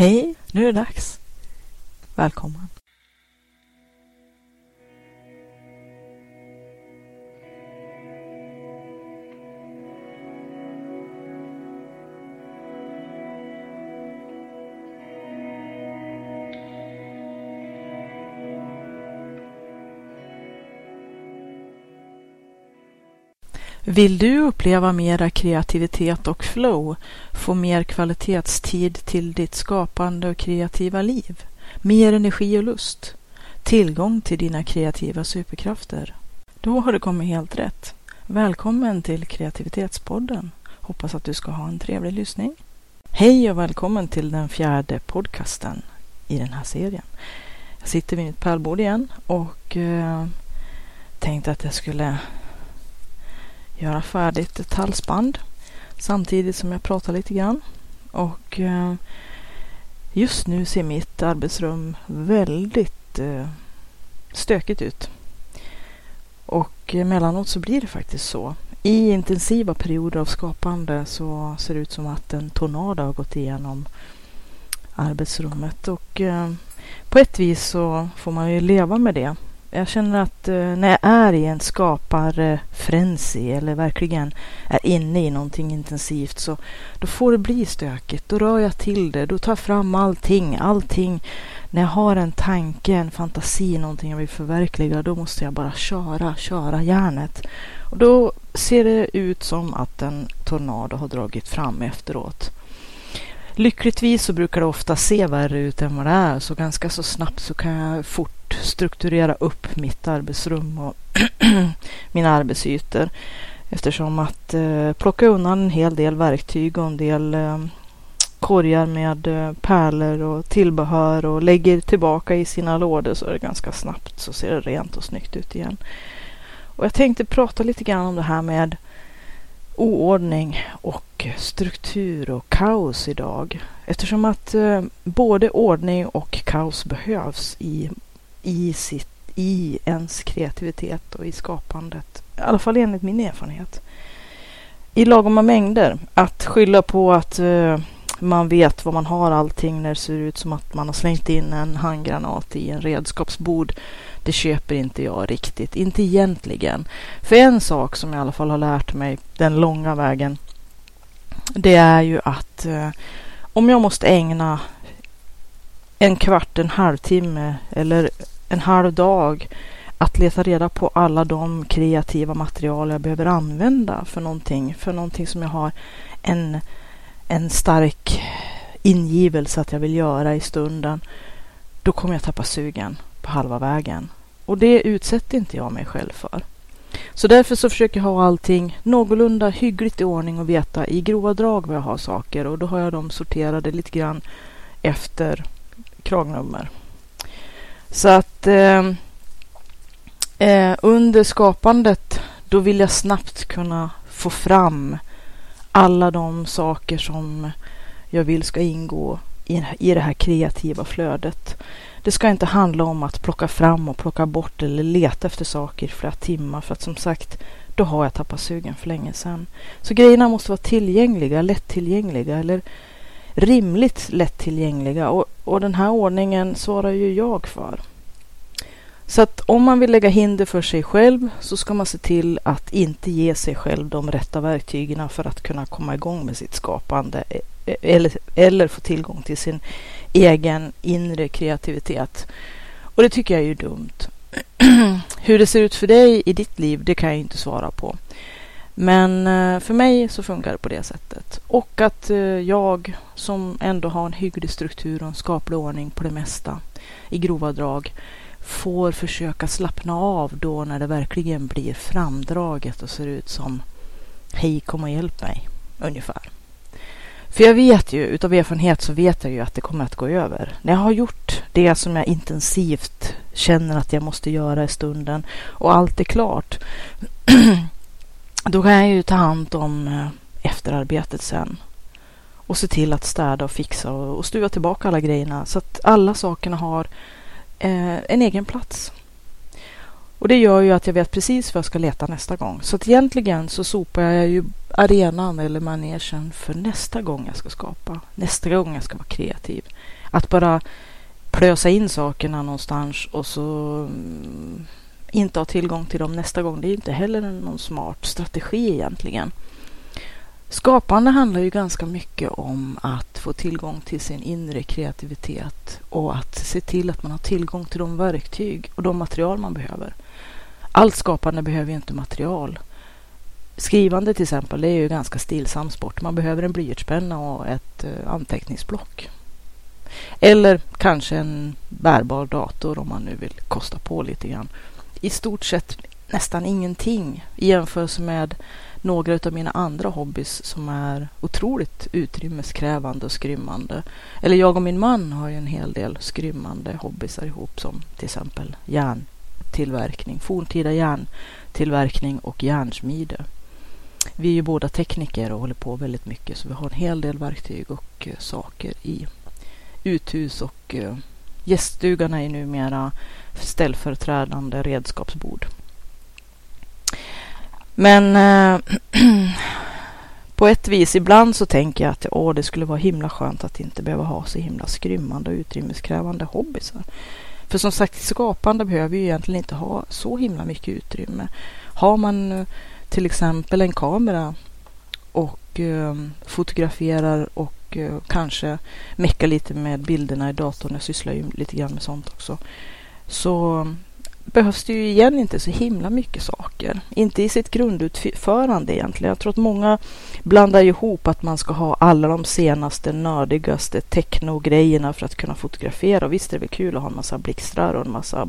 Hej, nu är det dags. Välkommen. Vill du uppleva mera kreativitet och flow, få mer kvalitetstid till ditt skapande och kreativa liv, mer energi och lust, tillgång till dina kreativa superkrafter? Då har du kommit helt rätt. Välkommen till Kreativitetspodden. Hoppas att du ska ha en trevlig lyssning. Hej och välkommen till den 4:e podcasten i den här serien. Jag sitter vid mitt pärlbord igen och tänkte att jag skulle göra färdigt ett halsband samtidigt som jag pratar lite grann. Och just nu ser mitt arbetsrum väldigt stökigt ut. Och emellanåt så blir det faktiskt så. I intensiva perioder av skapande så ser det ut som att en tornado har gått igenom arbetsrummet. Och på ett vis så får man ju leva med det. Jag känner att när jag är i en skaparfrenzy eller verkligen är inne i någonting intensivt, så då får det bli stökigt. Då rör jag till det, då tar jag fram allting. När jag har en tanke, en fantasi, någonting jag vill förverkliga, då måste jag bara köra järnet. Och då ser det ut som att en tornado har dragit fram efteråt. Lyckligtvis så brukar det ofta se värre ut än vad det är, så ganska så snabbt så kan jag fort strukturera upp mitt arbetsrum och mina arbetsytor, eftersom att plocka undan en hel del verktyg och en del korgar med pärlor och tillbehör och lägger tillbaka i sina lådor, så är det ganska snabbt så ser det rent och snyggt ut igen. Och jag tänkte prata lite grann om det här med oordning och struktur och kaos idag. Eftersom att både ordning och kaos behövs i ens kreativitet och i skapandet. I alla fall enligt min erfarenhet. I lagoma mängder. Att skylla på att man vet vad man har allting när det ser ut som att man har slängt in en handgranat i en redskapsbord. Det köper inte jag riktigt. Inte egentligen. För en sak som jag i alla fall har lärt mig den långa vägen, det är ju att om jag måste ägna en kvart, en halvtimme eller en halv dag att leta reda på alla de kreativa material jag behöver använda för någonting som jag har en stark ingivelse att jag vill göra i stunden, då kommer jag tappa sugen på halva vägen. Och det utsätter inte jag mig själv för. Så därför så försöker jag ha allting någorlunda hyggligt i ordning och veta i grova drag vad jag har saker. Och då har jag dem sorterade lite grann efter kragnummer. Så att under skapandet, då vill jag snabbt kunna få fram alla de saker som jag vill ska ingå i det här kreativa flödet. Det ska inte handla om att plocka fram och plocka bort eller leta efter saker i flera timmar, för att som sagt, då har jag tappat sugen för länge sedan. Så grejerna måste vara tillgängliga, lättillgängliga eller rimligt lättillgängliga, och den här ordningen svarar ju jag för. Så att om man vill lägga hinder för sig själv, så ska man se till att inte ge sig själv de rätta verktygen för att kunna komma igång med sitt skapande eller få tillgång till sin egen inre kreativitet. Och det tycker jag är ju dumt. Hur det ser ut för dig i ditt liv, det kan jag inte svara på. Men för mig så funkar det på det sättet. Och att jag som ändå har en hygglig struktur och en skaplig ordning på det mesta i grova drag får försöka slappna av då när det verkligen blir framdraget och ser ut som hej, kom och hjälp mig ungefär. För jag vet ju, utav erfarenhet så vet jag ju att det kommer att gå över. När jag har gjort det som jag intensivt känner att jag måste göra i stunden och allt är klart, då kan jag ju ta hand om efterarbetet sen. Och se till att städa och fixa och stuva tillbaka alla grejerna så att alla sakerna har en egen plats. Och det gör ju att jag vet precis vad jag ska leta nästa gång. Så att egentligen så sopar jag ju arenan eller manegen för nästa gång jag ska skapa. Nästa gång jag ska vara kreativ. Att bara plösa in sakerna någonstans och så inte ha tillgång till dem nästa gång. Det är inte heller någon smart strategi egentligen. Skapande handlar ju ganska mycket om att få tillgång till sin inre kreativitet och att se till att man har tillgång till de verktyg och de material man behöver. Allt skapande behöver ju inte material. Skrivande till exempel, det är ju ganska stillsam sport. Man behöver en blyertspenna och ett anteckningsblock. Eller kanske en bärbar dator om man nu vill kosta på lite grann. I stort sett nästan ingenting i jämförelse med några av mina andra hobbys som är otroligt utrymmeskrävande och skrymmande. Eller jag och min man har ju en hel del skrymmande hobbysar ihop som till exempel järntillverkning, forntida järntillverkning och järnsmide. Vi är ju båda tekniker och håller på väldigt mycket så vi har en hel del verktyg och saker i uthus och gäststugan är ju numera ställföreträdande redskapsbord. Men på ett vis ibland så tänker jag att det skulle vara himla skönt att inte behöva ha så himla skrymmande och utrymmeskrävande hobbysar. För som sagt, skapande behöver ju egentligen inte ha så himla mycket utrymme. Har man till exempel en kamera och fotograferar och kanske meckar lite med bilderna i datorn, jag sysslar ju lite grann med sånt också, så behövs det ju igen inte så himla mycket saker. Inte i sitt grundutförande egentligen. Jag tror att många blandar ihop att man ska ha alla de senaste, nördigaste techno-grejerna för att kunna fotografera. Och visst är det väl kul att ha en massa blixtrar och en massa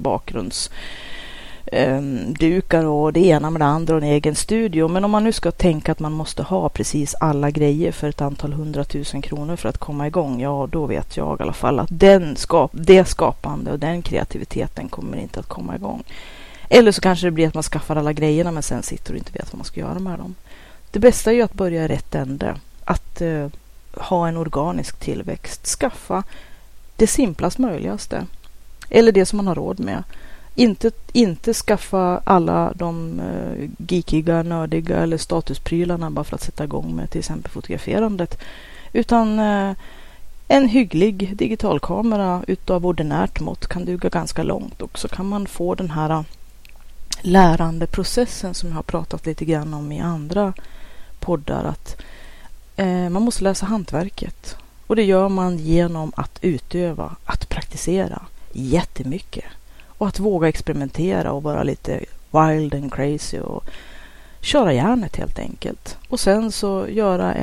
bakgrundsdukar och det ena med det andra och en egen studio. Men om man nu ska tänka att man måste ha precis alla grejer för ett antal 100 000 kronor för att komma igång, ja då vet jag i alla fall att det skapande och den kreativiteten kommer inte att komma igång. Eller så kanske det blir att man skaffar alla grejerna men sen sitter och inte vet vad man ska göra med dem. Det bästa är ju att börja i rätt ände. Att ha en organisk tillväxt. Skaffa det simplast möjligaste. Eller det som man har råd med. Inte skaffa alla de geekiga, nördiga eller statusprylarna bara för att sätta igång med till exempel fotograferandet. Utan en hygglig digitalkamera utav ordinärt mått kan duga ganska långt. Och så kan man få den här lärandeprocessen som jag har pratat lite grann om i andra poddar. Att man måste läsa hantverket. Och det gör man genom att utöva, att praktisera jättemycket. Och att våga experimentera och vara lite wild and crazy och köra järnet helt enkelt. Och sen så göra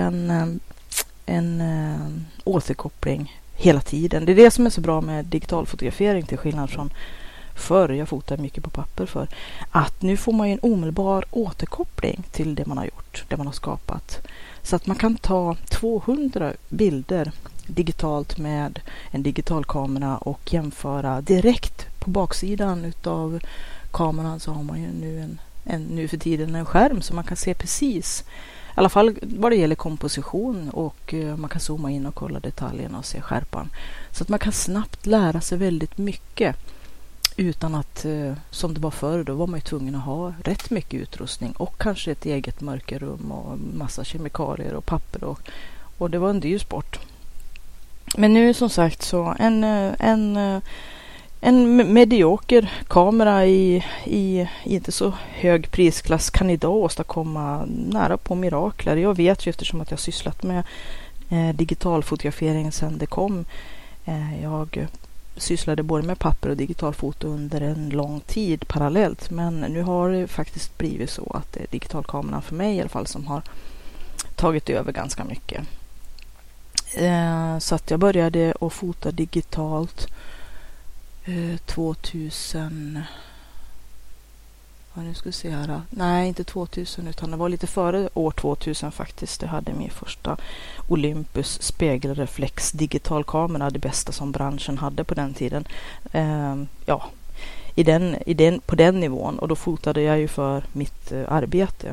en återkoppling hela tiden. Det är det som är så bra med digital fotografering till skillnad från förr. Jag fotar mycket på papper för. Att nu får man ju en omedelbar återkoppling till det man har gjort, det man har skapat. Så att man kan ta 200 bilder digitalt med en digital kamera och jämföra direkt på baksidan utav kameran så har man ju nu för tiden en skärm så man kan se precis, i alla fall vad det gäller komposition och man kan zooma in och kolla detaljerna och se skärpan. Så att man kan snabbt lära sig väldigt mycket utan att, som det var förr, då var man ju tvungen att ha rätt mycket utrustning och kanske ett eget mörkerrum och massa kemikalier och papper och det var en dyr sport. Men nu som sagt så en medioker kamera i inte så hög prisklass kan idag åstadkomma nära på mirakler. Jag vet ju eftersom att jag sysslat med digitalfotografering sedan det kom. Jag sysslade både med papper och digitalfoto under en lång tid parallellt. Men nu har det faktiskt blivit så att det är digitalkameran för mig i alla fall som har tagit över ganska mycket. Så att jag började att fota digitalt 2000. Nu ska vi se här. Nej, inte 2000 utan det var lite före år 2000 faktiskt. Jag hade min första Olympus spegelreflex digitalkamera, det bästa som branschen hade på den tiden. På den nivån och då fotade jag ju för mitt arbete.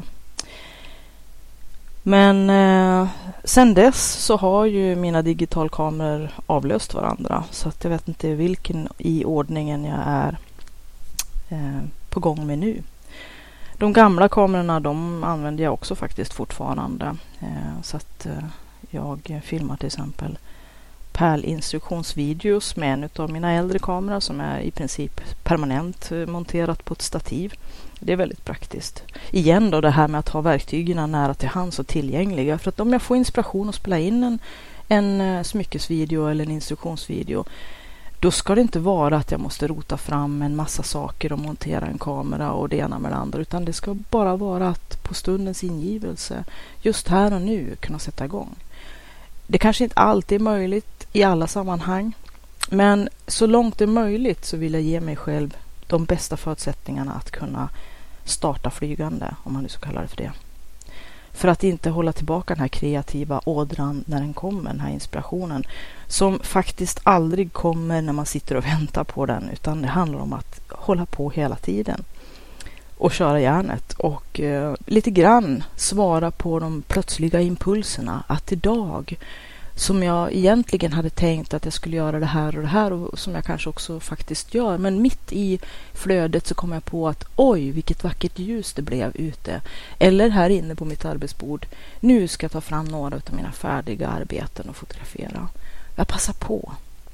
Men sen dess så har ju mina digitalkameror avlöst varandra så att jag vet inte vilken i ordningen jag är på gång med nu. De gamla kamerorna, de använder jag också faktiskt fortfarande. Så att jag filmar till exempel pärlinstruktionsvideos med en av mina äldre kameror som är i princip permanent monterat på ett stativ. Det är väldigt praktiskt. Igen då det här med att ha verktygen nära till hands och tillgängliga. För att om jag får inspiration att spela in en smyckesvideo eller en instruktionsvideo, då ska det inte vara att jag måste rota fram en massa saker och montera en kamera och det ena med det andra. Utan det ska bara vara att på stundens ingivelse, just här och nu, kunna sätta igång. Det kanske inte alltid är möjligt i alla sammanhang. Men så långt det är möjligt så vill jag ge mig själv de bästa förutsättningarna att kunna starta flygande, om man nu ska kalla det för det. För att inte hålla tillbaka den här kreativa ådran när den kommer, den här inspirationen. Som faktiskt aldrig kommer när man sitter och väntar på den, utan det handlar om att hålla på hela tiden. Och köra järnet och lite grann svara på de plötsliga impulserna. Att idag, som jag egentligen hade tänkt att jag skulle göra det här och som jag kanske också faktiskt gör. Men mitt i flödet så kom jag på att oj, vilket vackert ljus det blev ute. Eller här inne på mitt arbetsbord. Nu ska jag ta fram några av mina färdiga arbeten och fotografera. Jag passar på.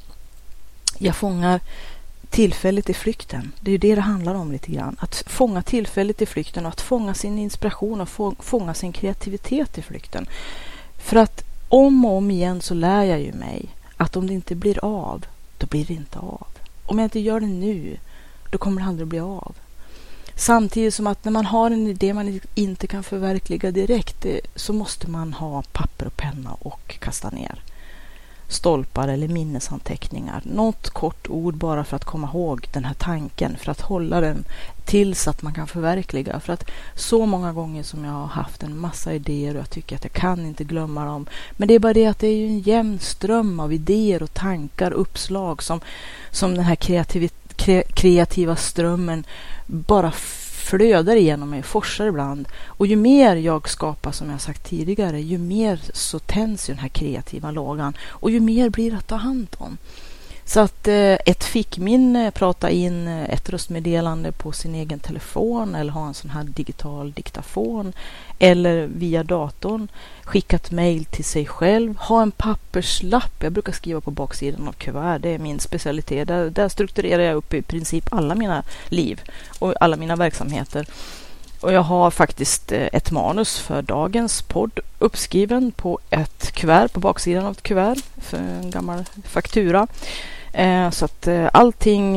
Jag fångar tillfället i flykten. Det är ju det handlar om lite grann. Att fånga tillfället i flykten och att fånga sin inspiration och fånga sin kreativitet i flykten. För att om och om igen så lär jag ju mig att om det inte blir av, då blir det inte av. Om jag inte gör det nu, då kommer det aldrig bli av. Samtidigt som att när man har en idé man inte kan förverkliga direkt, så måste man ha papper och penna och kasta ner stolpar eller minnesanteckningar. Något kort ord bara för att komma ihåg den här tanken, för att hålla den tills att man kan förverkliga. För att så många gånger som jag har haft en massa idéer och jag tycker att jag kan inte glömma dem. Men det är bara det att det är ju en jämn ström av idéer och tankar, uppslag som den här kreativa strömmen bara flödar igenom mig, forsar ibland. Och ju mer jag skapar, som jag sagt tidigare, ju mer så tänds ju den här kreativa lågan. Och ju mer blir det att ta hand om. Så att ett fickminne, prata in ett röstmeddelande på sin egen telefon eller ha en sån här digital diktafon eller via datorn, skicka ett mejl till sig själv, ha en papperslapp. Jag brukar skriva på baksidan av kuvert, det är min specialitet. Där strukturerar jag upp i princip alla mina liv och alla mina verksamheter. Och jag har faktiskt ett manus för dagens podd uppskriven på ett kuvert, på baksidan av ett kuvert, för en gammal faktura. Så att allting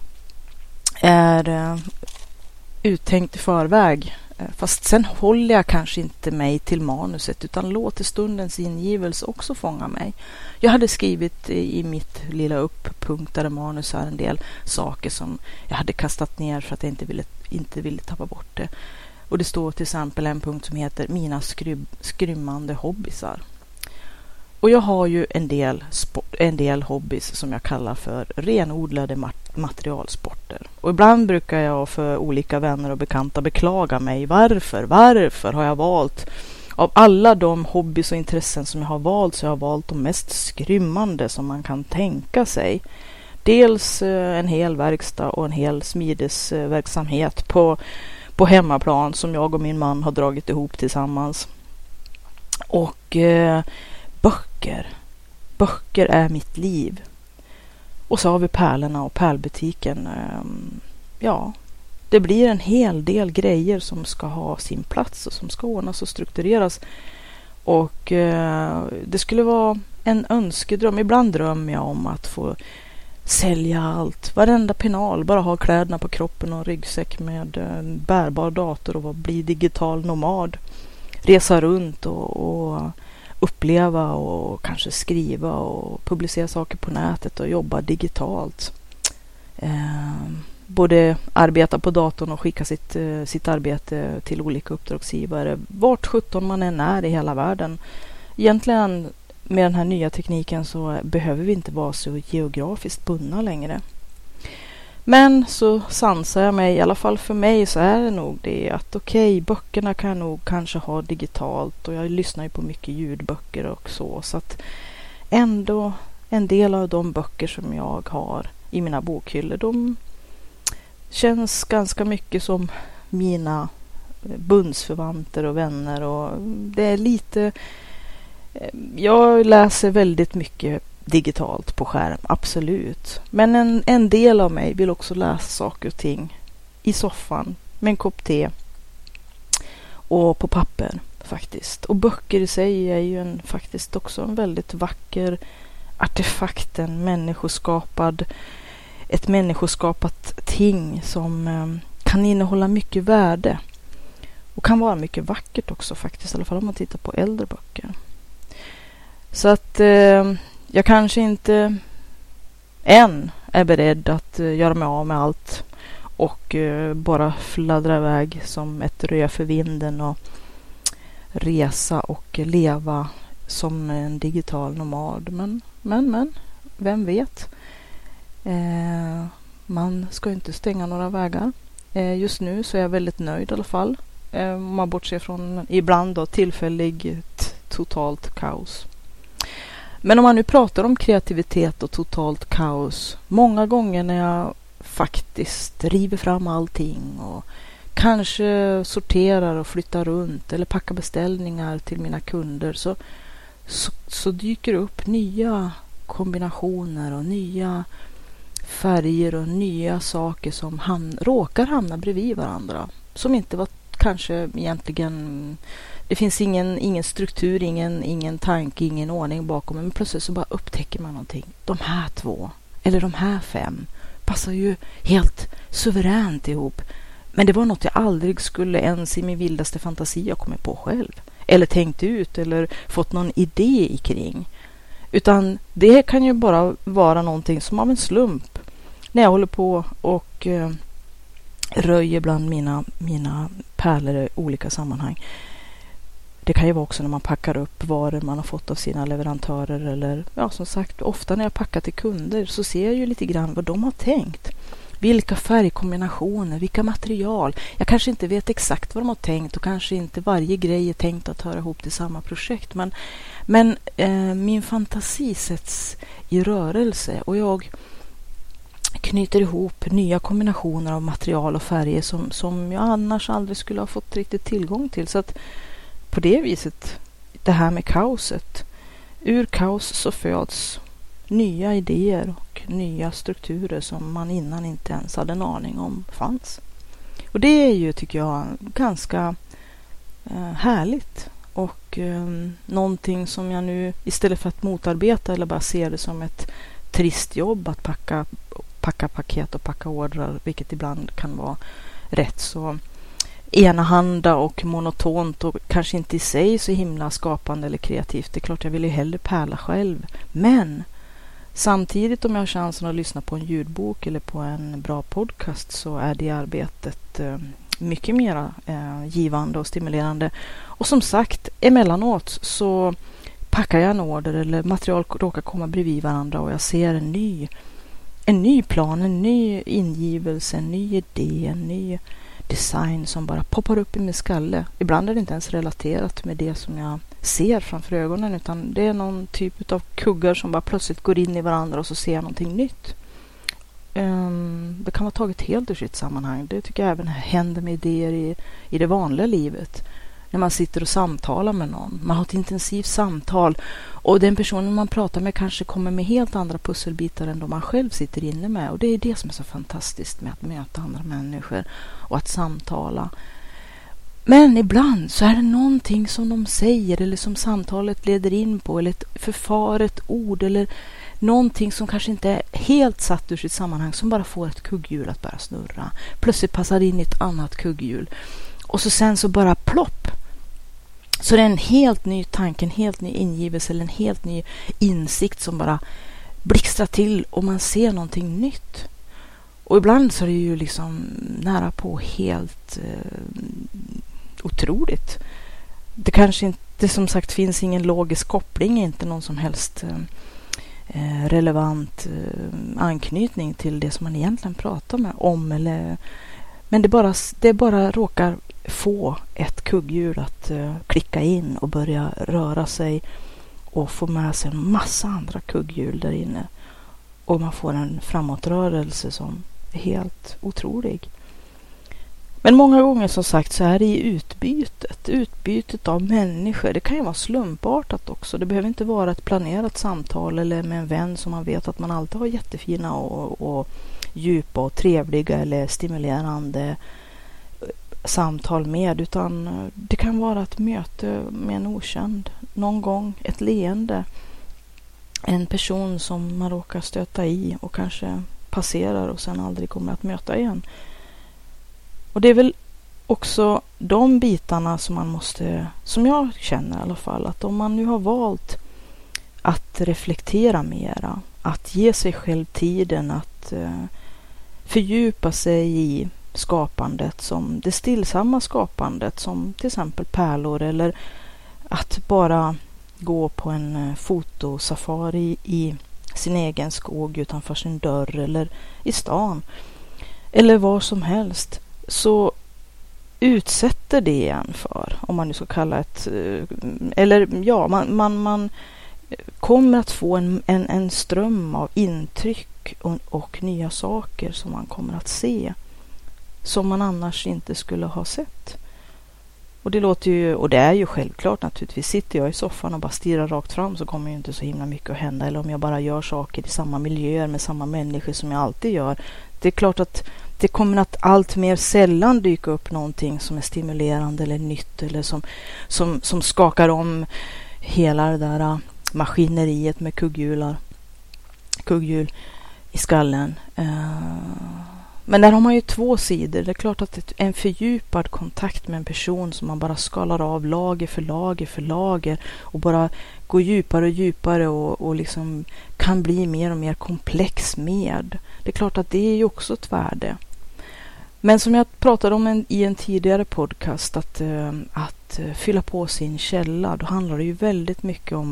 är uttänkt i förväg. Fast sen håller jag kanske inte mig till manuset utan låter stundens ingivelse också fånga mig. Jag hade skrivit i mitt lilla upppunktade manus här en del saker som jag hade kastat ner för att jag inte ville tappa bort det. Och det står till exempel en punkt som heter mina skrymmande hobbysar. Och jag har ju en del hobbys som jag kallar för renodlade materialsporter. Och ibland brukar jag för olika vänner och bekanta beklaga mig. Varför har jag valt? Av alla de hobbys och intressen som jag har valt så har jag valt de mest skrymmande som man kan tänka sig. Dels en hel verkstad och en hel smidesverksamhet på hemmaplan som jag och min man har dragit ihop tillsammans. Och Böcker är mitt liv. Och så har vi pärlorna och pärlbutiken. Ja, det blir en hel del grejer som ska ha sin plats och som ska ordnas och struktureras. Och det skulle vara en önskedröm. Ibland drömmer jag om att få sälja allt. Varenda penal. Bara ha kläderna på kroppen och en ryggsäck med bärbar dator och bli digital nomad. Resa runt och uppleva och kanske skriva och publicera saker på nätet och jobba digitalt. Både arbeta på datorn och skicka sitt arbete till olika uppdragsgivare. Vart 17 man än är i hela världen. Egentligen med den här nya tekniken så behöver vi inte vara så geografiskt bundna längre. Men så sansar jag mig, i alla fall för mig så är det nog det att okej, böckerna kan jag nog kanske ha digitalt och jag lyssnar ju på mycket ljudböcker och så att ändå en del av de böcker som jag har i mina bokhyllor, känns ganska mycket som mina bundsförvanter och vänner, och det är lite, jag läser väldigt mycket digitalt på skärm, absolut, men en del av mig vill också läsa saker och ting i soffan med en kopp te och på papper faktiskt. Och böcker i sig är ju faktiskt också en väldigt vacker artefakt, ett människoskapat ting som kan innehålla mycket värde och kan vara mycket vackert också faktiskt, i alla fall om man tittar på äldre böcker. Så att jag kanske inte än är beredd att göra mig av med allt och bara fladdra iväg som ett rö för vinden och resa och leva som en digital nomad. Men vem vet? Man ska inte stänga några vägar. Just nu så är jag väldigt nöjd i alla fall. Om man bortser från ibland då tillfälligt totalt kaos. Men om man nu pratar om kreativitet och totalt kaos, många gånger när jag faktiskt river fram allting och kanske sorterar och flyttar runt eller packar beställningar till mina kunder, så dyker det upp nya kombinationer och nya färger och nya saker som råkar hamna bredvid varandra, som inte var kanske egentligen, det finns ingen struktur, ingen tanke, ingen ordning bakom, men plötsligt så bara upptäcker man någonting. De här 2 eller de här 5 passar ju helt suveränt ihop, men det var något jag aldrig skulle ens i min vildaste fantasi ha kommit på själv eller tänkt ut eller fått någon idé kring, utan det kan ju bara vara någonting som av en slump när jag håller på och röjer bland mina pärlor i olika sammanhang. Det kan ju vara också när man packar upp varor man har fått av sina leverantörer, eller ja, som sagt, ofta när jag packar till kunder så ser jag ju lite grann vad de har tänkt. Vilka färgkombinationer, vilka material. Jag kanske inte vet exakt vad de har tänkt och kanske inte varje grej är tänkt att höra ihop till samma projekt, men min fantasi sätts i rörelse och jag knyter ihop nya kombinationer av material och färger som jag annars aldrig skulle ha fått riktigt tillgång till. Så att på det viset, det här med kaoset, ur kaos så föds nya idéer och nya strukturer som man innan inte ens hade en aning om fanns. Och det är ju, tycker jag, ganska härligt och någonting som jag nu, istället för att motarbeta eller bara se det som ett trist jobb att packa paket och packa ordrar, vilket ibland kan vara rätt så enahanda och monotont och kanske inte i sig så himla skapande eller kreativt. Det är klart jag vill ju hellre pärla själv, men samtidigt om jag har chansen att lyssna på en ljudbok eller på en bra podcast så är det arbetet mycket mer givande och stimulerande. Och som sagt, emellanåt så packar jag en order eller material råkar komma bredvid varandra och jag ser en ny plan, en ny ingivelse, en ny idé, en ny design som bara poppar upp i min skalle. Ibland är det inte ens relaterat med det som jag ser framför ögonen, utan det är någon typ av kuggar som bara plötsligt går in i varandra och så ser jag någonting nytt. Det kan vara taget helt ur sitt sammanhang. Det tycker jag även händer med idéer i det vanliga livet. När man sitter och samtalar med någon. Man har ett intensivt samtal och den personen man pratar med kanske kommer med helt andra pusselbitar än de man själv sitter inne med. Och det är det som är så fantastiskt med att möta andra människor och att samtala. Men ibland så är det någonting som de säger eller som samtalet leder in på eller ett förfaret ord eller någonting som kanske inte är helt satt ur sitt sammanhang som bara får ett kugghjul att börja snurra. Plötsligt passar in i ett annat kugghjul. Och så sen så bara plopp. Så det är en helt ny tanke, en helt ny ingivelse eller en helt ny insikt som bara blixtrar till och man ser någonting nytt. Och ibland så är det ju liksom nära på helt otroligt. Det kanske inte, som sagt, finns ingen logisk koppling, inte någon som helst relevant anknytning till det som man egentligen pratar om. Men det bara råkar få ett kugghjul att klicka in och börja röra sig och få med sig en massa andra kugghjul där inne. Och man får en framåtrörelse som är helt otrolig. Men många gånger som sagt så är det i utbytet av människor. Det kan ju vara slumpartat också. Det behöver inte vara ett planerat samtal eller med en vän som man vet att man alltid har jättefina och djupa och trevliga eller stimulerande samtal med, utan det kan vara ett möte med en okänd, någon gång ett leende, en person som man råkar stöta i och kanske passerar och sen aldrig kommer att möta igen. Och det är väl också de bitarna som man måste, som jag känner i alla fall, att om man nu har valt att reflektera mera, att ge sig själv tiden att fördjupa sig i skapandet, som det stillsamma skapandet, som till exempel pärlor, eller att bara gå på en fotosafari i sin egen skog utanför sin dörr eller i stan eller var som helst, så utsätter det en för, om man nu ska kalla ett, eller ja, man kommer att få en ström av intryck och nya saker som man kommer att se, som man annars inte skulle ha sett. Och det låter ju, och det är ju självklart naturligtvis, sitter jag i soffan och bara stirrar rakt fram så kommer ju inte så himla mycket att hända, eller om jag bara gör saker i samma miljöer med samma människor som jag alltid gör. Det är klart att det kommer att allt mer sällan dyka upp någonting som är stimulerande eller nytt, eller som skakar om hela det där maskineriet med kugghjul i skallen. Men där har man ju två sidor. Det är klart att en fördjupad kontakt med en person som man bara skalar av lager för lager och bara går djupare och djupare och liksom kan bli mer och mer komplex med. Det är klart att det är ju också ett värde. Men som jag pratade om i en tidigare podcast, att fylla på sin källa, då handlar det ju väldigt mycket om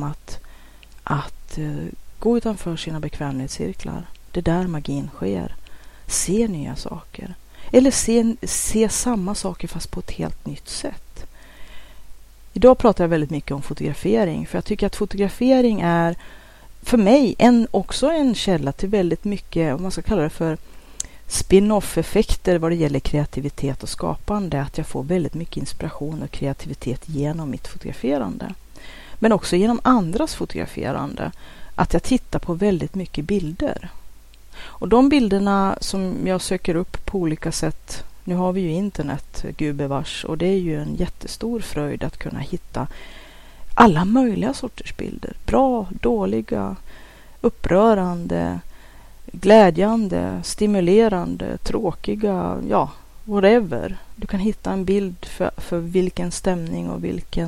att gå utanför sina bekvämlighetscirklar. Det är där magin sker. Se nya saker. Eller se samma saker fast på ett helt nytt sätt. Idag pratar jag väldigt mycket om fotografering, för jag tycker att fotografering är för mig också en källa till väldigt mycket, om man ska kalla det för spin-off-effekter vad det gäller kreativitet och skapande. Att jag får väldigt mycket inspiration och kreativitet genom mitt fotograferande. Men också genom andras fotograferande. Att jag tittar på väldigt mycket bilder. Och de bilderna som jag söker upp på olika sätt, nu har vi ju internet, gubevars, och det är ju en jättestor fröjd att kunna hitta alla möjliga sorters bilder. Bra, dåliga, upprörande, glädjande, stimulerande, tråkiga, ja, whatever. Du kan hitta en bild för vilken stämning och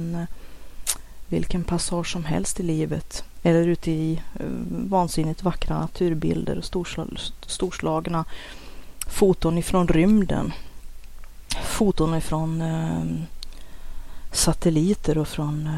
vilken passage som helst i livet. Eller ute i vansinnigt vackra naturbilder och storslagna foton ifrån rymden. Foton ifrån satelliter och från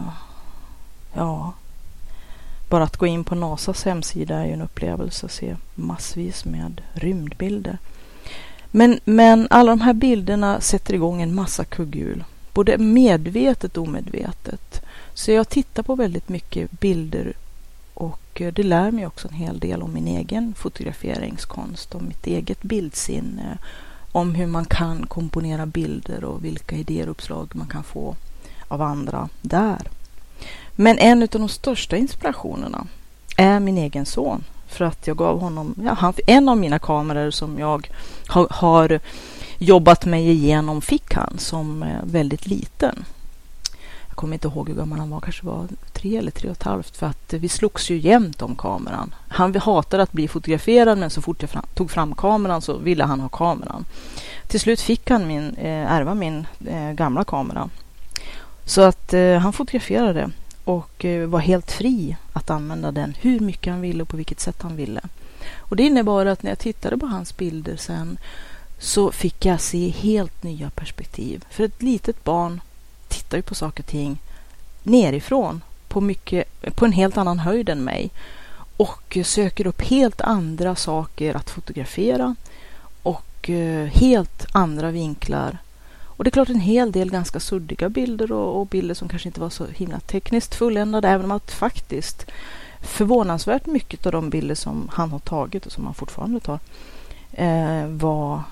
bara att gå in på NASAs hemsida är ju en upplevelse att se massvis med rymdbilder. Men alla de här bilderna sätter igång en massa kugghjul. Både medvetet och omedvetet. Så jag tittar på väldigt mycket bilder och det lär mig också en hel del om min egen fotograferingskonst, om mitt eget bildsinne, om hur man kan komponera bilder och vilka idéer och uppslag man kan få av andra där. Men en av de största inspirationerna är min egen son, för att jag gav honom en av mina kameror som jag har jobbat mig igenom, fick han som väldigt liten. Jag kommer inte ihåg hur gammal han var, kanske var 3 eller 3,5, för att vi slogs ju jämt om kameran. Han hatade att bli fotograferad, men så fort jag tog fram kameran så ville han ha kameran. Till slut fick han ärva min gamla kamera. Så att han fotograferade och var helt fri att använda den hur mycket han ville och på vilket sätt han ville. Och det innebar att när jag tittade på hans bilder sen, så fick jag se helt nya perspektiv. För ett litet barn tittar ju på saker och ting nerifrån på en helt annan höjd än mig, och söker upp helt andra saker att fotografera och helt andra vinklar. Och det är klart en hel del ganska suddiga bilder och bilder som kanske inte var så himla tekniskt fulländade, även om att faktiskt förvånansvärt mycket av de bilder som han har tagit och som han fortfarande tar var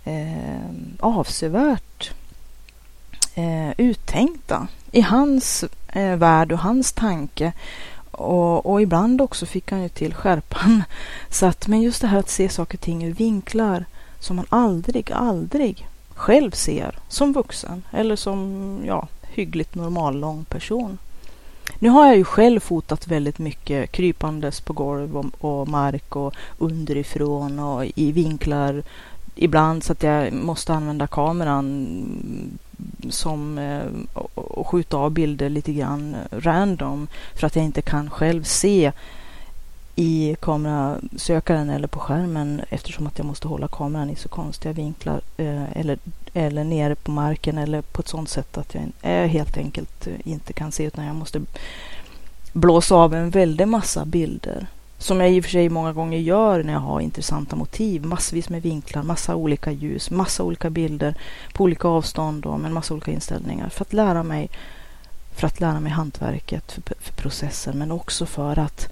avsevärt uttänkta i hans värld och hans tanke. Och ibland också fick han ju till skärpan. Så att, men just det här att se saker och ting ur vinklar som man aldrig själv ser som vuxen eller som hyggligt normallång person. Nu har jag ju själv fotat väldigt mycket krypandes på golv och mark och underifrån och i vinklar ibland, så att jag måste använda kameran och skjuta av bilder lite grann random för att jag inte kan själv se i kamerasökaren eller på skärmen, eftersom att jag måste hålla kameran i så konstiga vinklar eller nere på marken eller på ett sådant sätt att jag helt enkelt inte kan se, utan jag måste blåsa av en väldig massa bilder. Som jag i och för sig många gånger gör när jag har intressanta motiv. Massvis med vinklar, massa olika ljus, massa olika bilder på olika avstånd och med en massa olika inställningar. För att lära mig hantverket, för processen, men också för att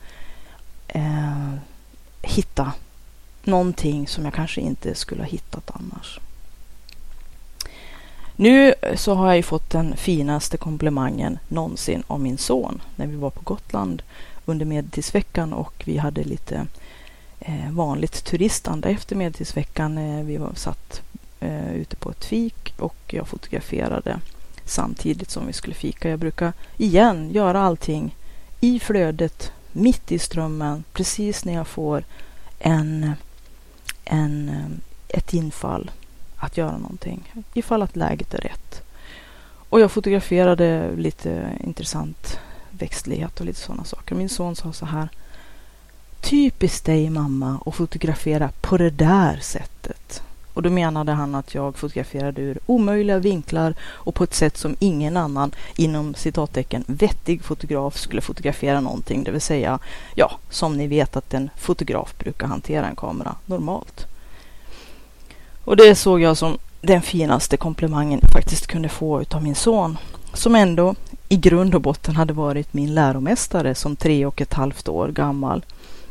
hitta någonting som jag kanske inte skulle ha hittat annars. Nu så har jag ju fått den finaste komplimangen någonsin av min son när vi var på Gotland under medeltidsveckan och vi hade lite vanligt turistande efter medeltidsveckan. Vi satt ute på ett fik och jag fotograferade samtidigt som vi skulle fika. Jag brukar igen göra allting i flödet, mitt i strömmen, precis när jag får ett infall att göra någonting, ifall att läget är rätt. Och jag fotograferade lite intressant växtlighet och lite sådana saker. Min son sa så här: typiskt dig mamma att fotografera på det där sättet. Och då menade han att jag fotograferade ur omöjliga vinklar och på ett sätt som ingen annan inom citattecken vettig fotograf skulle fotografera någonting. Det vill säga, som ni vet att en fotograf brukar hantera en kamera normalt. Och det såg jag som den finaste komplimangen jag faktiskt kunde få utav min son, som ändå i grund och botten hade varit min läromästare som 3,5 år gammal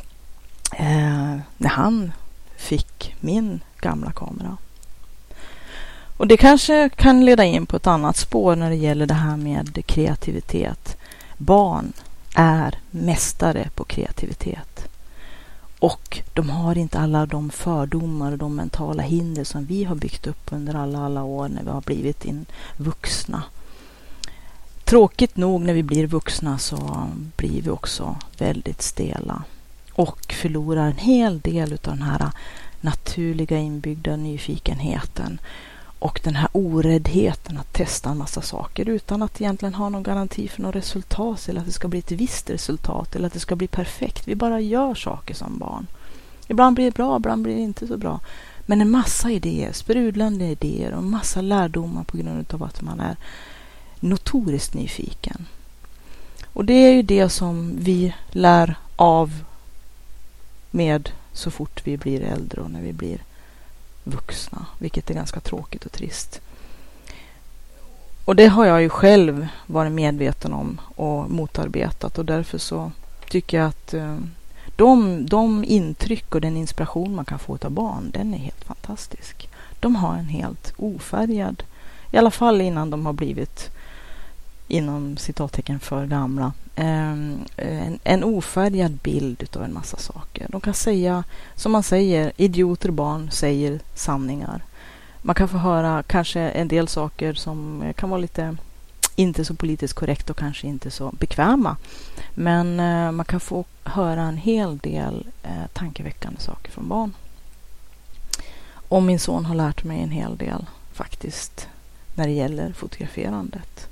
när han fick min gamla kamera. Och det kanske kan leda in på ett annat spår när det gäller det här med kreativitet. Barn är mästare på kreativitet. Och de har inte alla de fördomar och de mentala hinder som vi har byggt upp under alla år när vi har blivit vuxna. Tråkigt nog när vi blir vuxna så blir vi också väldigt stela och förlorar en hel del av den här naturliga inbyggda nyfikenheten och den här oräddheten att testa en massa saker utan att egentligen ha någon garanti för något resultat eller att det ska bli ett visst resultat eller att det ska bli perfekt. Vi bara gör saker som barn. Ibland blir det bra, ibland blir det inte så bra. Men en massa idéer, sprudlande idéer och en massa lärdomar på grund av att man är notoriskt nyfiken. Och det är ju det som vi lär av med så fort vi blir äldre och när vi blir vuxna, vilket är ganska tråkigt och trist. Och det har jag ju själv varit medveten om och motarbetat, och därför så tycker jag att de intryck och den inspiration man kan få av barn, den är helt fantastisk. De har en helt ofärgad, i alla fall innan de har blivit inom citattecken för gamla, en ofärgad bild av en massa saker. De kan säga, som man säger, idioter barn säger sanningar. Man kan få höra kanske en del saker som kan vara lite inte så politiskt korrekt och kanske inte så bekväma. Men man kan få höra en hel del tankeväckande saker från barn. Och min son har lärt mig en hel del faktiskt när det gäller fotograferandet.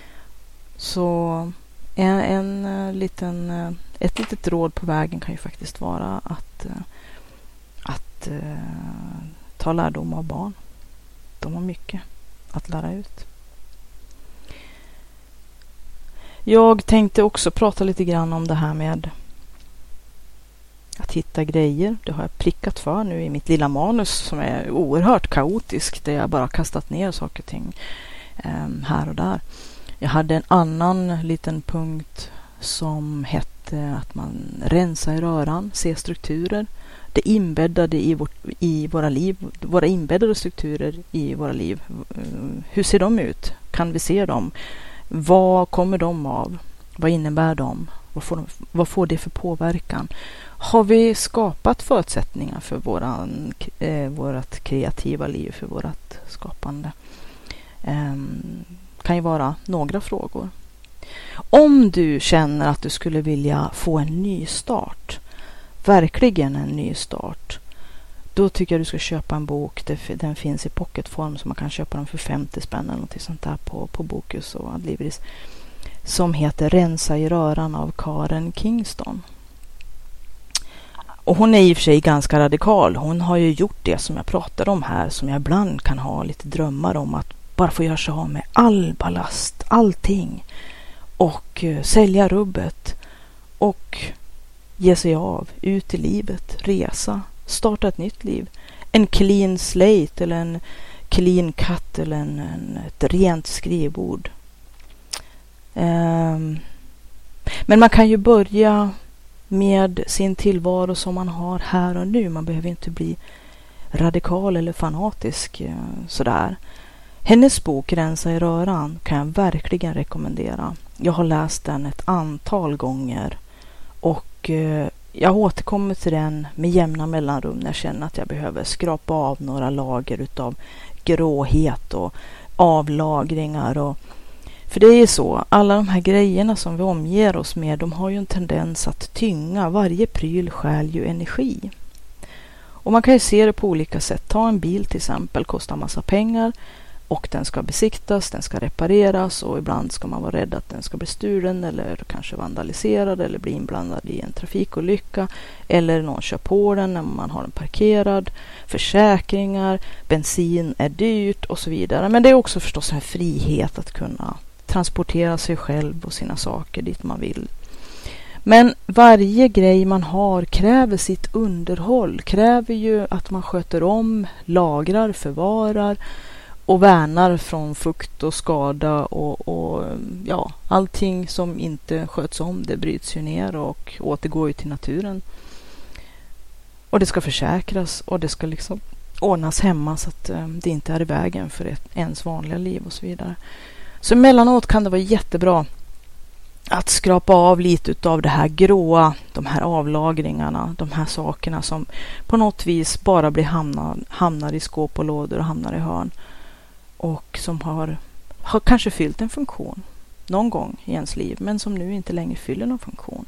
Så ett litet råd på vägen kan ju faktiskt vara att ta lärdom av barn. De har mycket att lära ut. Jag tänkte också prata lite grann om det här med att hitta grejer. Det har jag prickat för nu i mitt lilla manus som är oerhört kaotiskt, där jag bara kastat ner saker och ting här och där. Jag hade en annan liten punkt som hette att man rensar i röran, ser strukturer. Det inbäddade i våra liv, våra inbäddade strukturer i våra liv. Hur ser de ut? Kan vi se dem? Vad kommer de av? Vad innebär de? Vad får det för påverkan? Har vi skapat förutsättningar för vårat kreativa liv, för vårat skapande? Kan ju vara några frågor. Om du känner att du skulle vilja få en ny start, verkligen en ny start, då tycker jag du ska köpa en bok. Den finns i pocketform, så man kan köpa den för 50 spänn eller något sånt där på Bokus och Adlibris, som heter Rensa i röran av Karen Kingston. Och hon är i och för sig ganska radikal. Hon har ju gjort det som jag pratade om här, som jag ibland kan ha lite drömmar om, att bara få göra sig av med all ballast, allting, och sälja rubbet och ge sig av, ut i livet, resa, starta ett nytt liv. En clean slate eller en clean cut eller ett rent skrivbord. Men man kan ju börja med sin tillvaro som man har här och nu. Man behöver inte bli radikal eller fanatisk sådär. Hennes bok Rensa i röran kan jag verkligen rekommendera. Jag har läst den ett antal gånger och jag återkommer till den med jämna mellanrum när jag känner att jag behöver skrapa av några lager utav gråhet och avlagringar. För det är ju så, alla de här grejerna som vi omger oss med, de har ju en tendens att tynga. Varje pryl stjäl ju energi. Och man kan ju se det på olika sätt. Ta en bil till exempel, kostar massa pengar. Och den ska besiktas, den ska repareras, och ibland ska man vara rädd att den ska bli stulen eller kanske vandaliserad eller bli inblandad i en trafikolycka, eller någon kör på den när man har den parkerad. Försäkringar, bensin är dyrt och så vidare. Men det är också förstås en frihet att kunna transportera sig själv och sina saker dit man vill. Men varje grej man har kräver sitt underhåll, kräver ju att man sköter om, lagrar, förvarar och värnar från fukt och skada och ja, allting som inte sköts om, det bryts ju ner och återgår ju till naturen. Och det ska försäkras och det ska liksom ordnas hemma så att det inte är i vägen för ens vanliga liv och så vidare. Så emellanåt kan det vara jättebra att skrapa av lite av det här gråa, de här avlagringarna, de här sakerna som på något vis bara hamnar i skåp och lådor och hamnar i hörn. Och som har kanske fyllt en funktion någon gång i ens liv, men som nu inte längre fyller någon funktion.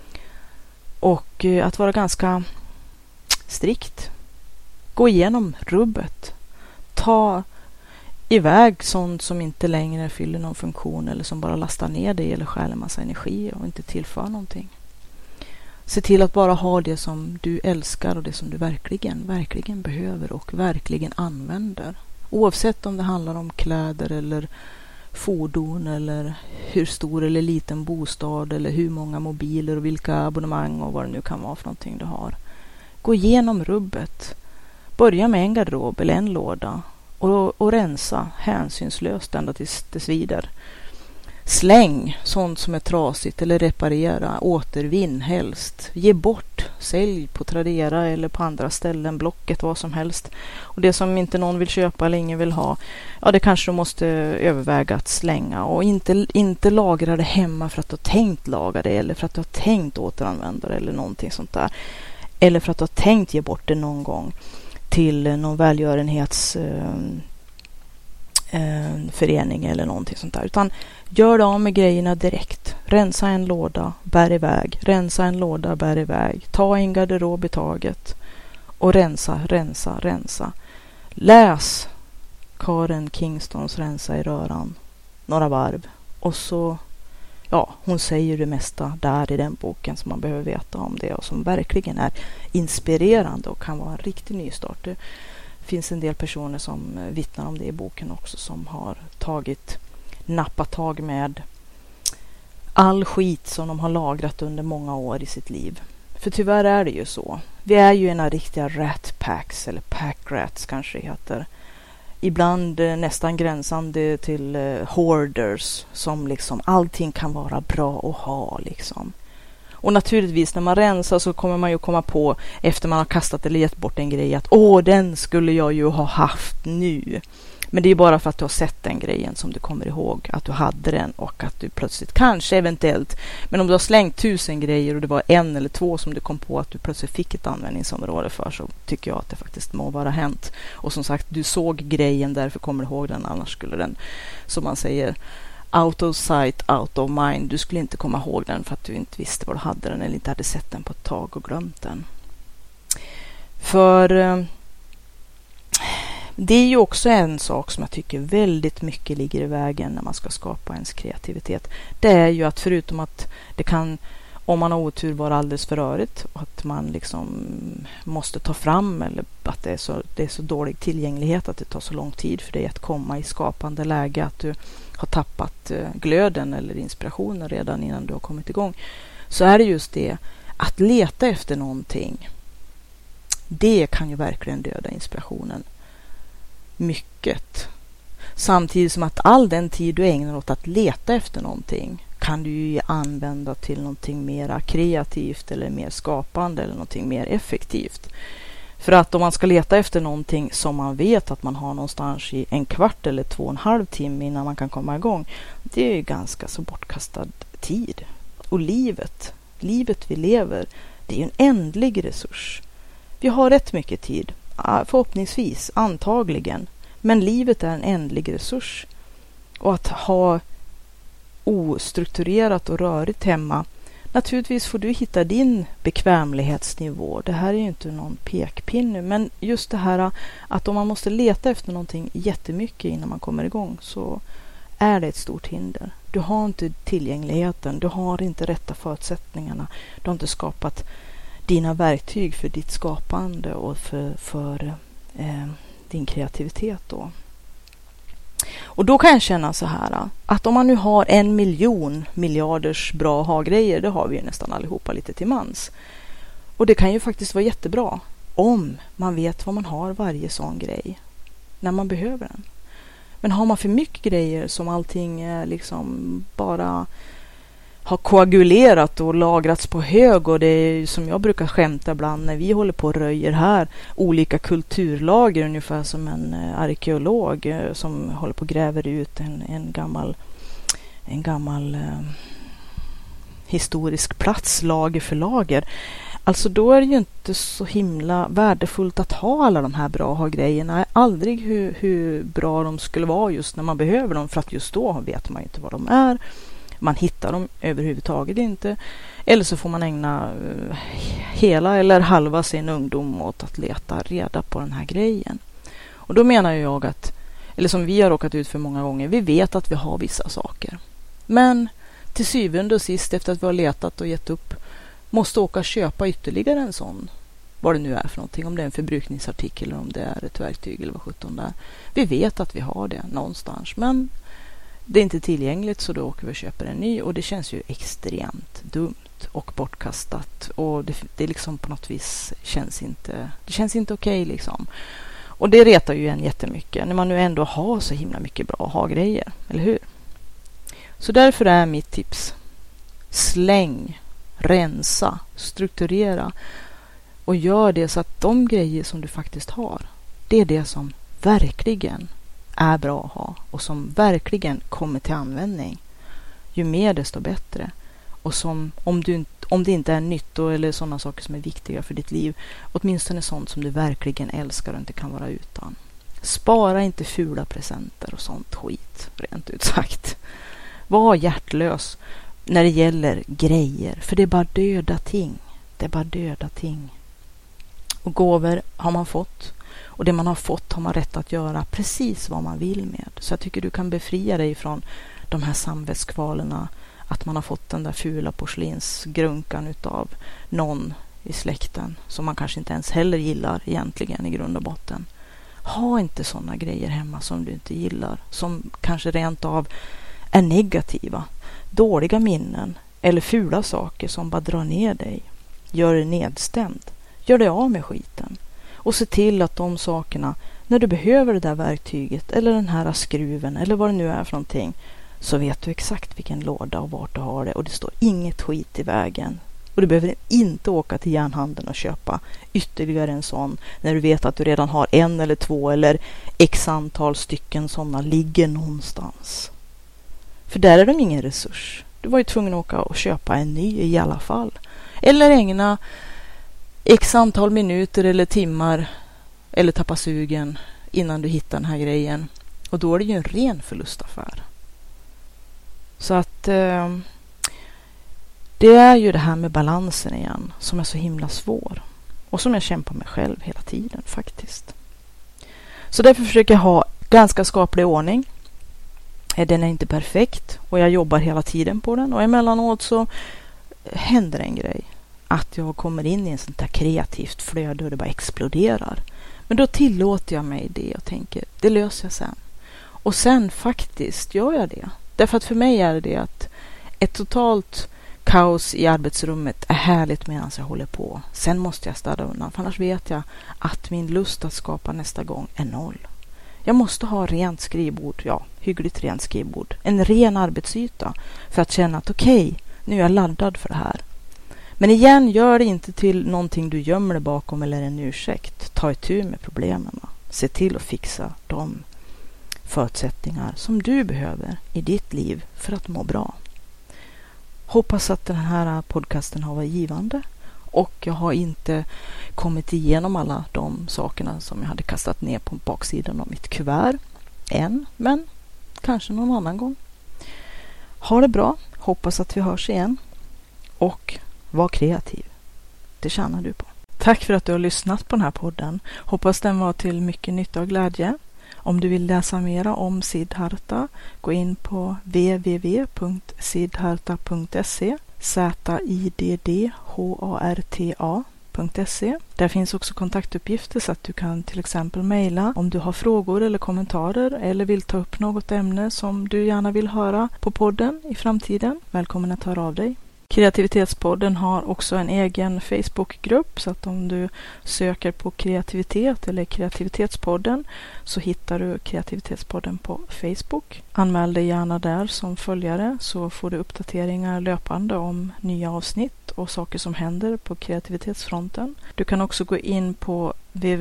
Och att vara ganska strikt. Gå igenom rubbet. Ta iväg sånt som inte längre fyller någon funktion eller som bara lastar ner dig eller stjäl en massa energi och inte tillför någonting. Se till att bara ha det som du älskar och det som du verkligen behöver och verkligen använder. Oavsett om det handlar om kläder eller fordon eller hur stor eller liten bostad eller hur många mobiler och vilka abonnemang och vad det nu kan vara för någonting du har. Gå igenom rubbet. Börja med en garderob eller en låda och rensa hänsynslöst ända tills det svider. Släng sånt som är trasigt eller reparera, återvinn helst. Ge bort, sälj på Tradera eller på andra ställen, Blocket, vad som helst. Och det som inte någon vill köpa eller ingen vill ha, ja det kanske du måste överväga att slänga. Och inte lagra det hemma för att du har tänkt laga det eller för att du har tänkt återanvända det eller någonting sånt där. Eller för att du har tänkt ge bort det någon gång till någon förening eller någonting sånt där. Utan gör det av med grejerna direkt. Rensa en låda, bär iväg. Rensa en låda, bär iväg. Ta en garderob i taget. Och rensa. Läs Karen Kingstons Rensa i röran några varv. Och så, ja, hon säger det mesta där i den boken som man behöver veta om det och som verkligen är inspirerande och kan vara en riktig nystart. Det finns en del personer som vittnar om det i boken också, som har nappat tag med all skit som de har lagrat under många år i sitt liv. För tyvärr är det ju så. Vi är ju ena riktiga rat packs, eller pack rats kanske det heter. Ibland nästan gränsande till hoarders, som liksom allting kan vara bra att ha liksom. Och naturligtvis när man rensar så kommer man ju komma på efter man har kastat eller gett bort en grej att den skulle jag ju ha haft nu. Men det är bara för att du har sett den grejen som du kommer ihåg att du hade den och att du plötsligt kanske eventuellt, men om du har slängt 1000 grejer och det var 1 eller 2 som du kom på att du plötsligt fick ett användningsområde för, så tycker jag att det faktiskt må vara hänt. Och som sagt, du såg grejen, därför kommer du ihåg den, annars skulle den, som man säger, out of sight, out of mind. Du skulle inte komma ihåg den för att du inte visste var du hade den eller inte hade sett den på ett tag och glömt den. För det är ju också en sak som jag tycker väldigt mycket ligger i vägen när man ska skapa ens kreativitet. Det är ju att förutom att det kan, om man har otur, vara alldeles för rörigt och att man liksom måste ta fram, eller att det är så dålig tillgänglighet att det tar så lång tid för dig att komma i skapande läge, att du har tappat glöden eller inspirationen redan innan du har kommit igång, så är det just det att leta efter någonting. Det kan ju verkligen döda inspirationen mycket. Samtidigt som att all den tid du ägnar åt att leta efter någonting kan du ju använda till någonting mer kreativt eller mer skapande eller någonting mer effektivt. För att om man ska leta efter någonting som man vet att man har någonstans i 1/4 eller 2,5 timme innan man kan komma igång, det är ju ganska så bortkastad tid. Och livet vi lever, det är ju en ändlig resurs. Vi har rätt mycket tid, förhoppningsvis, antagligen, men livet är en ändlig resurs. Och att ha ostrukturerat och rörigt hemma, naturligtvis får du hitta din bekvämlighetsnivå. Det här är ju inte någon pekpinne, men just det här att om man måste leta efter någonting jättemycket innan man kommer igång, så är det ett stort hinder. Du har inte tillgängligheten, du har inte rätta förutsättningarna, du har inte skapat dina verktyg för ditt skapande och för din kreativitet då. Och då kan jag känna så här att om man nu har 1 miljon miljarders bra ha-grejer, det har vi ju nästan allihopa lite till mans. Och det kan ju faktiskt vara jättebra om man vet vad man har varje sån grej när man behöver den. Men har man för mycket grejer som allting liksom bara har koagulerat och lagrats på hög, och det är som jag brukar skämta ibland när vi håller på och röjer här, olika kulturlager, ungefär som en arkeolog som håller på och gräver ut en gammal historisk plats, lager för lager. Alltså då är det ju inte så himla värdefullt att ha alla de här bra grejerna. Aldrig hur bra de skulle vara just när man behöver dem, för att just då vet man ju inte vad de är. Man hittar dem överhuvudtaget inte. Eller så får man ägna hela eller halva sin ungdom åt att leta reda på den här grejen. Och då menar jag att, eller som vi har råkat ut för många gånger, vi vet att vi har vissa saker. Men till syvende och sist, efter att vi har letat och gett upp, måste åka och köpa ytterligare en sån. Vad det nu är för någonting, om det är en förbrukningsartikel eller om det är ett verktyg eller vad 17 där. Vi vet att vi har det någonstans, men det är inte tillgängligt, så då åker vi och köper en ny, och det känns ju extremt dumt och bortkastat, och det liksom på något vis känns inte okej liksom. Och det retar ju en jättemycket när man nu ändå har så himla mycket bra ha-grejer, eller hur? Så därför är mitt tips: släng, rensa, strukturera och gör det så att de grejer som du faktiskt har, det är det som verkligen är bra att ha och som verkligen kommer till användning. Ju mer desto bättre. Och som om det inte är nyttor eller sådana saker som är viktiga för ditt liv, åtminstone sånt som du verkligen älskar och inte kan vara utan. Spara inte fula presenter och sånt skit, rent ut sagt. Var hjärtlös när det gäller grejer, för det är bara döda ting. Det är bara döda ting. Och gåvor har man fått, och det man har fått har man rätt att göra precis vad man vill med. Så jag tycker du kan befria dig från de här samvetskvalerna att man har fått den där fula porslinsgrunkan utav någon i släkten som man kanske inte ens heller gillar egentligen i grund och botten. Ha inte sådana grejer hemma som du inte gillar, som kanske rent av är negativa, dåliga minnen eller fula saker som bara drar ner dig, gör dig nedstämd. Gör dig av med skiten och se till att de sakerna, när du behöver det där verktyget eller den här skruven eller vad det nu är för någonting, så vet du exakt vilken låda och vart du har det, och det står inget skit i vägen. Och du behöver inte åka till järnhandeln och köpa ytterligare en sån när du vet att du redan har 1 eller 2 eller x antal stycken sådana ligger någonstans. För där är de ingen resurs. Du var ju tvungen att åka och köpa en ny i alla fall. Eller ägna x antal minuter eller timmar eller tappa sugen innan du hittar den här grejen. Och då är det ju en ren förlustaffär. Så att det är ju det här med balansen igen som är så himla svår. Och som jag kämpar med själv hela tiden faktiskt. Så därför försöker jag ha ganska skaplig ordning. Den är inte perfekt och jag jobbar hela tiden på den. Och emellanåt så händer en grej. Att jag kommer in i en sånt där kreativt flöde och det bara exploderar. Men då tillåter jag mig det och tänker, det löser jag sen. Och sen faktiskt gör jag det. Därför att för mig är det att ett totalt kaos i arbetsrummet är härligt medan jag håller på. Sen måste jag städa undan, för annars vet jag att min lust att skapa nästa gång är 0. Jag måste ha rent skrivbord, hyggligt rent skrivbord. En ren arbetsyta för att känna att okej, nu är jag laddad för det här. Men igen, gör det inte till någonting du gömmer dig bakom eller en ursäkt. Ta itu med problemen. Se till att fixa de förutsättningar som du behöver i ditt liv för att må bra. Hoppas att den här podcasten har varit givande och jag har inte kommit igenom alla de sakerna som jag hade kastat ner på baksidan av mitt kuvert än, men kanske någon annan gång. Ha det bra, hoppas att vi hörs igen och var kreativ. Det tjänar du på. Tack för att du har lyssnat på den här podden. Hoppas den var till mycket nytta och glädje. Om du vill läsa mera om Siddharta, gå in på www.siddharta.se ziddharta.se. Där finns också kontaktuppgifter så att du kan till exempel mejla om du har frågor eller kommentarer eller vill ta upp något ämne som du gärna vill höra på podden i framtiden. Välkommen att höra av dig. Kreativitetspodden har också en egen Facebookgrupp, så att om du söker på kreativitet eller kreativitetspodden så hittar du kreativitetspodden på Facebook. Anmäl dig gärna där som följare så får du uppdateringar löpande om nya avsnitt och saker som händer på kreativitetsfronten. Du kan också gå in på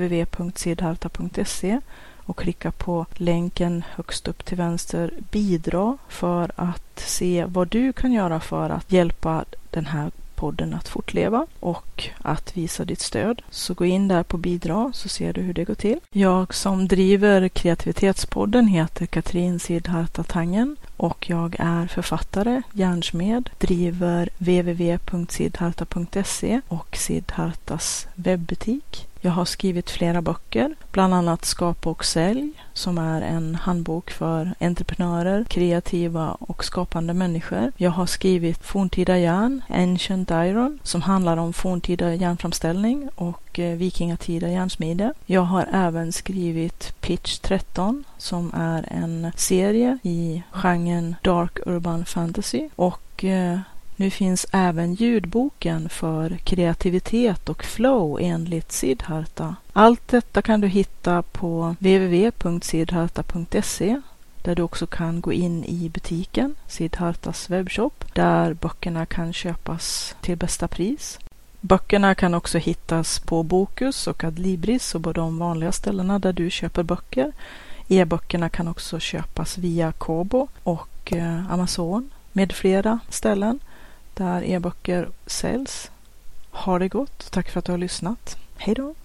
www.siddharta.se och klicka på länken högst upp till vänster bidra för att se vad du kan göra för att hjälpa den här podden att fortleva och att visa ditt stöd. Så gå in där på bidra så ser du hur det går till. Jag som driver kreativitetspodden heter Katrin Siddharta Tangen och jag är författare, hjärnsmed, driver www.siddharta.se och Siddhartas webbutik. Jag har skrivit flera böcker, bland annat Skapa och sälj, som är en handbok för entreprenörer, kreativa och skapande människor. Jag har skrivit Forntida järn, Ancient Iron, som handlar om forntida järnframställning och vikingatida järnsmide. Jag har även skrivit Pitch 13, som är en serie i genren Dark Urban Fantasy och nu finns även ljudboken för kreativitet och flow enligt Siddharta. Allt detta kan du hitta på www.siddharta.se där du också kan gå in i butiken, Siddhartas webbshop, där böckerna kan köpas till bästa pris. Böckerna kan också hittas på Bokus och Adlibris och på de vanliga ställena där du köper böcker. E-böckerna kan också köpas via Kobo och Amazon med flera ställen där e-böcker säljs. Ha det gott. Tack för att du har lyssnat. Hej då!